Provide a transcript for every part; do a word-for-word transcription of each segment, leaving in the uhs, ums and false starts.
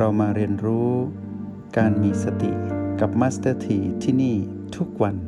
เรามาเรียนรู้การมีสติกับมาสเตอร์ทีที่นี่ทุกวัน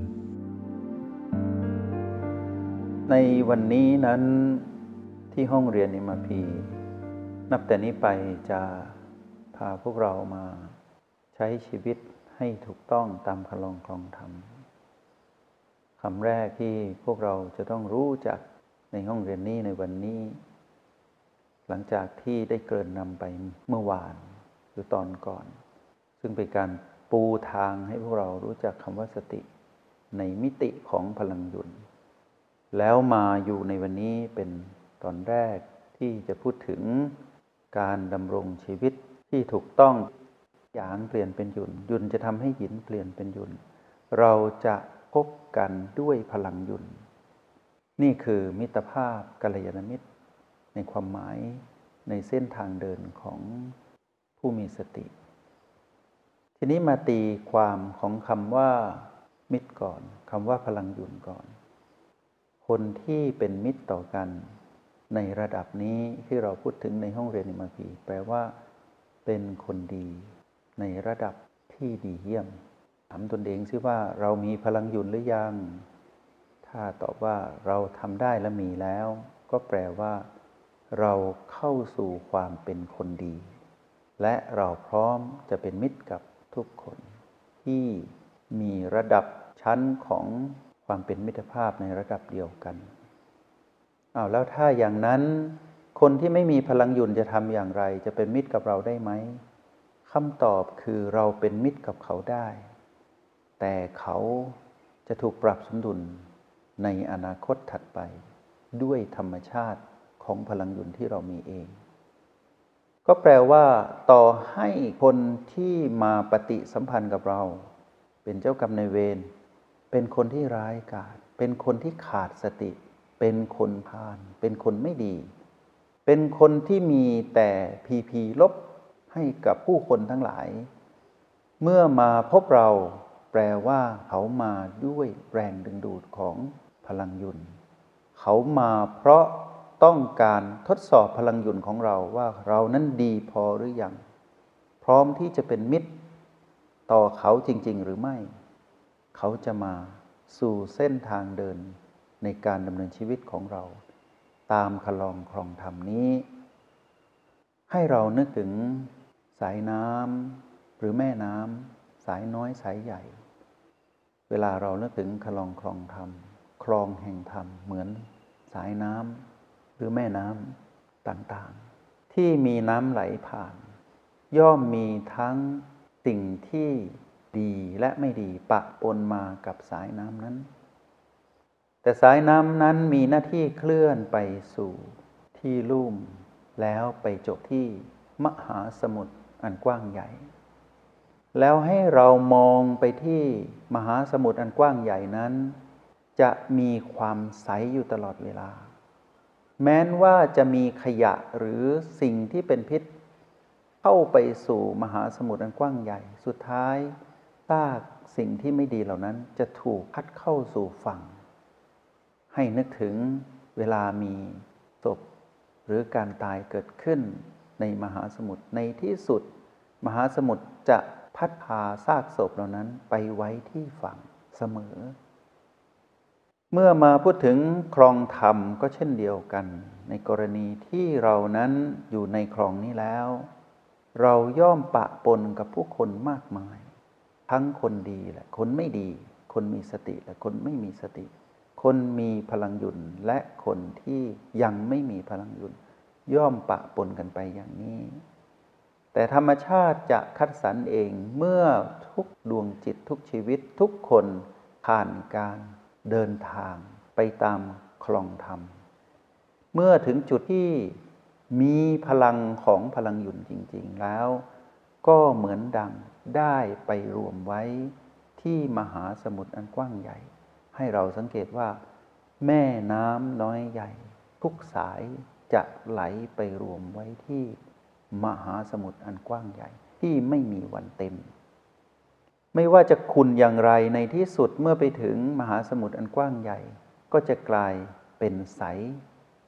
ในวันนี้นั้นที่ห้องเรียน เอ็ม อาร์ พี นับแต่นี้ไปจะพาพวกเรามาใช้ชีวิตให้ถูกต้องตามคำลองครองธรรมคำแรกที่พวกเราจะต้องรู้จักในห้องเรียนนี้ในวันนี้หลังจากที่ได้เกริ่นนำไปเมื่อวานหรือตอนก่อนซึ่งเป็นการปูทางให้พวกเรารู้จักคำว่าสติในมิติของพลังหยุนแล้วมาอยู่ในวันนี้เป็นตอนแรกที่จะพูดถึงการดำรงชีวิตที่ถูกต้องหยางเปลี่ยนเป็นหยุนหยุนจะทำให้หยินเปลี่ยนเป็นหยุนเราจะพบกันด้วยพลังหยุนนี่คือมิตรภาพกัลยาณมิตรในความหมายในเส้นทางเดินของผู้มีสติทีนี้มาตีความของคำว่ามิตรก่อนคำว่าพลังหยุนก่อนคนที่เป็นมิตรต่อกันในระดับนี้ที่เราพูดถึงในห้องเรียน เอ็ม อาร์ พี แปลว่าเป็นคนดีในระดับที่ดีเยี่ยมถามตนเองซิว่าเรามีพลังหยุนหรือยังถ้าตอบว่าเราทำได้และมีแล้วก็แปลว่าเราเข้าสู่ความเป็นคนดีและเราพร้อมจะเป็นมิตรกับทุกคนที่มีระดับชั้นของความเป็นมิตรภาพในระดับเดียวกันอ้าวแล้วถ้าอย่างนั้นคนที่ไม่มีพลังหยุนจะทำอย่างไรจะเป็นมิตรกับเราได้ไหมคำตอบคือเราเป็นมิตรกับเขาได้แต่เขาจะถูกปรับสมดุลในอนาคตถัดไปด้วยธรรมชาติของพลังหยุนที่เรามีเองก็แปลว่าต่อให้คนที่มาปฏิสัมพันธ์กับเราเป็นเจ้ากรรมนายเวรเป็นคนที่ร้ายกาจเป็นคนที่ขาดสติเป็นคนพาลเป็นคนไม่ดีเป็นคนที่มีแต่พีพีลบให้กับผู้คนทั้งหลายเมื่อมาพบเราแปลว่าเขามาด้วยแรงดึงดูดของพลังหยุนเขามาเพราะต้องการทดสอบพลังหยุนของเราว่าเรานั้นดีพอหรือยังพร้อมที่จะเป็นมิตรต่อเขาจริงๆหรือไม่เขาจะมาสู่เส้นทางเดินในการดำเนินชีวิตของเราตามคลองครองธรรมนี้ให้เรานึกถึงสายน้ำหรือแม่น้ำสายน้อยสายใหญ่เวลาเรานึกถึงคลองครองธรรมคลองแห่งธรรมเหมือนสายน้ำหรือแม่น้ำต่างๆที่มีน้ำไหลผ่านย่อมมีทั้งสิ่งที่ดีและไม่ดีปะปนมากับสายน้ำนั้นแต่สายน้ำนั้นมีหน้าที่เคลื่อนไปสู่ที่ลุ่มแล้วไปจบที่มหาสมุทรอันกว้างใหญ่แล้วให้เรามองไปที่มหาสมุทรอันกว้างใหญ่นั้นจะมีความใสอยู่ตลอดเวลาแม้นว่าจะมีขยะหรือสิ่งที่เป็นพิษเข้าไปสู่มหาสมุทรอันกว้างใหญ่สุดท้ายซากสิ่งที่ไม่ดีเหล่านั้นจะถูกพัดเข้าสู่ฝั่งให้นึกถึงเวลามีศพหรือการตายเกิดขึ้นในมหาสมุทรในที่สุดมหาสมุทรจะพัดพาซากศพเหล่านั้นไปไว้ที่ฝั่งเสมอเมื่อมาพูดถึงคลองธรรมก็เช่นเดียวกันในกรณีที่เรานั้นอยู่ในคลองนี้แล้วเราย่อมปะปนกับผู้คนมากมายทั้งคนดีและคนไม่ดีคนมีสติและคนไม่มีสติคนมีพลังหยุนและคนที่ยังไม่มีพลังหยุนย่อมปะปนกันไปอย่างนี้แต่ธรรมชาติจะคัดสรรเองเมื่อทุกดวงจิตทุกชีวิตทุกคนผ่านการเดินทางไปตามคลองธรรมเมื่อถึงจุดที่มีพลังของพลังหยุนจริงๆแล้วก็เหมือนดังได้ไปรวมไว้ที่มหาสมุทรอันกว้างใหญ่ให้เราสังเกตว่าแม่น้ำน้อยใหญ่ทุกสายจะไหลไปรวมไว้ที่มหาสมุทรอันกว้างใหญ่ที่ไม่มีวันเต็มไม่ว่าจะขุ่นอย่างไรในที่สุดเมื่อไปถึงมหาสมุทรอันกว้างใหญ่ก็จะกลายเป็นใส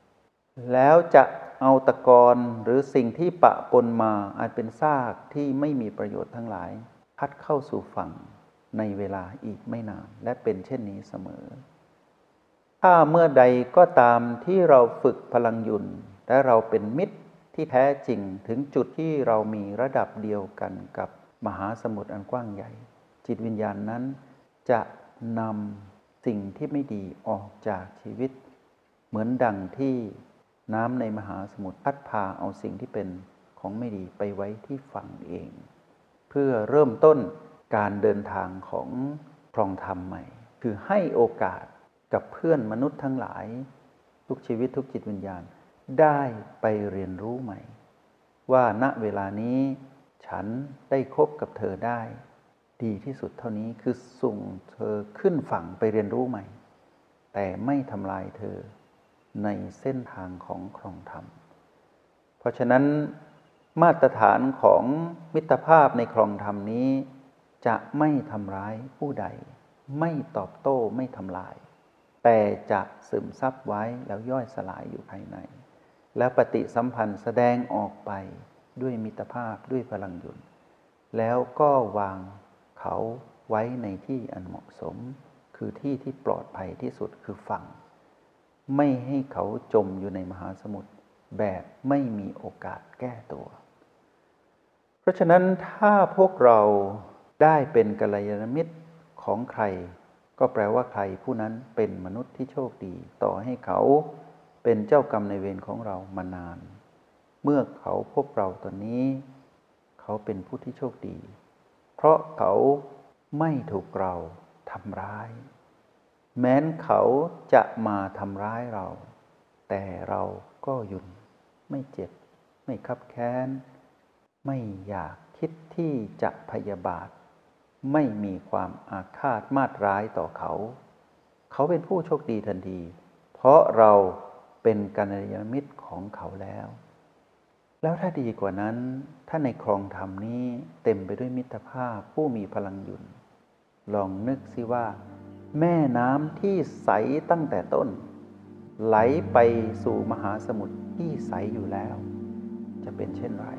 แล้วจะเอาตะกอนหรือสิ่งที่ปะปนมาอาจเป็นซากที่ไม่มีประโยชน์ทั้งหลายพัดเข้าสู่ฝั่งในเวลาอีกไม่นานและเป็นเช่นนี้เสมอถ้าเมื่อใดก็ตามที่เราฝึกพลังหยุ่นและเราเป็นมิตรที่แท้จริงถึงจุดที่เรามีระดับเดียวกันกับมหาสมุทรอันกว้างใหญ่จิตวิญญาณนั้นจะนำสิ่งที่ไม่ดีออกจากชีวิตเหมือนดังที่น้ำในมหาสมุทรพัดพาเอาสิ่งที่เป็นของไม่ดีไปไว้ที่ฝั่งเองเพื่อเริ่มต้นการเดินทางของครองธรรมใหม่คือให้โอกาสกับเพื่อนมนุษย์ทั้งหลายทุกชีวิตทุกจิตวิญญาณได้ไปเรียนรู้ใหม่ว่าณเวลานี้ฉันได้คบกับเธอได้ดีที่สุดเท่านี้คือส่งเธอขึ้นฝั่งไปเรียนรู้ใหม่แต่ไม่ทำลายเธอในเส้นทางของครองธรรมเพราะฉะนั้นมาตรฐานของมิตรภาพในครองธรรมนี้จะไม่ทำร้ายผู้ใดไม่ตอบโต้ไม่ทำลายแต่จะซึมซับไว้แล้วย่อยสลายอยู่ภายในและปฏิสัมพันธ์แสดงออกไปด้วยมิตรภาพด้วยพลังหยุ่นแล้วก็วางเขาไว้ในที่อันเหมาะสมคือที่ที่ปลอดภัยที่สุดคือฝั่งไม่ให้เขาจมอยู่ในมหาสมุทรแบบไม่มีโอกาสแก้ตัวเพราะฉะนั้นถ้าพวกเราได้เป็นกัลยาณมิตรของใครก็แปลว่าใครผู้นั้นเป็นมนุษย์ที่โชคดีต่อให้เขาเป็นเจ้ากรรมนายเวรของเรามานานเมื่อเขาพบเราตอนนี้เขาเป็นผู้ที่โชคดีเพราะเขาไม่ถูกเราทำร้ายแม้นเขาจะมาทำร้ายเราแต่เราก็หยุดไม่เจ็บไม่คับแค้นไม่อยากคิดที่จะพยาบาทไม่มีความอาฆาตมาตร้ายต่อเขาเขาเป็นผู้โชคดีทันทีเพราะเราเป็นกัลยาณมิตรของเขาแล้วแล้วถ้าดีกว่านั้นถ้าในครองธรรมนี้เต็มไปด้วยมิตรภาพผู้มีพลังหยุ่นลองนึกสิว่าแม่น้ำที่ใสตั้งแต่ต้นไหลไปสู่มหาสมุทรที่ใสอยู่แล้วจะเป็นเช่นไร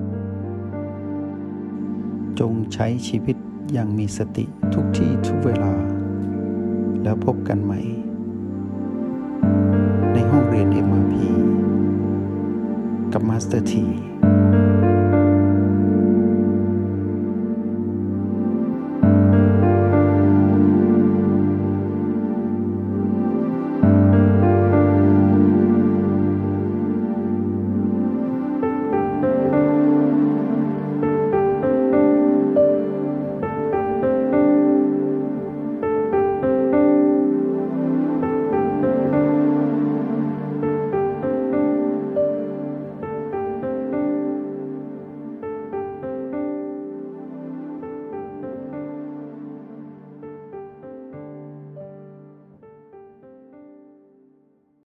จงใช้ชีวิตอย่างมีสติทุกที่ทุกเวลาแล้วพบกันใหม่ในห้องเรียน เอ็ม อาร์ พี กับมาสเตอร์ที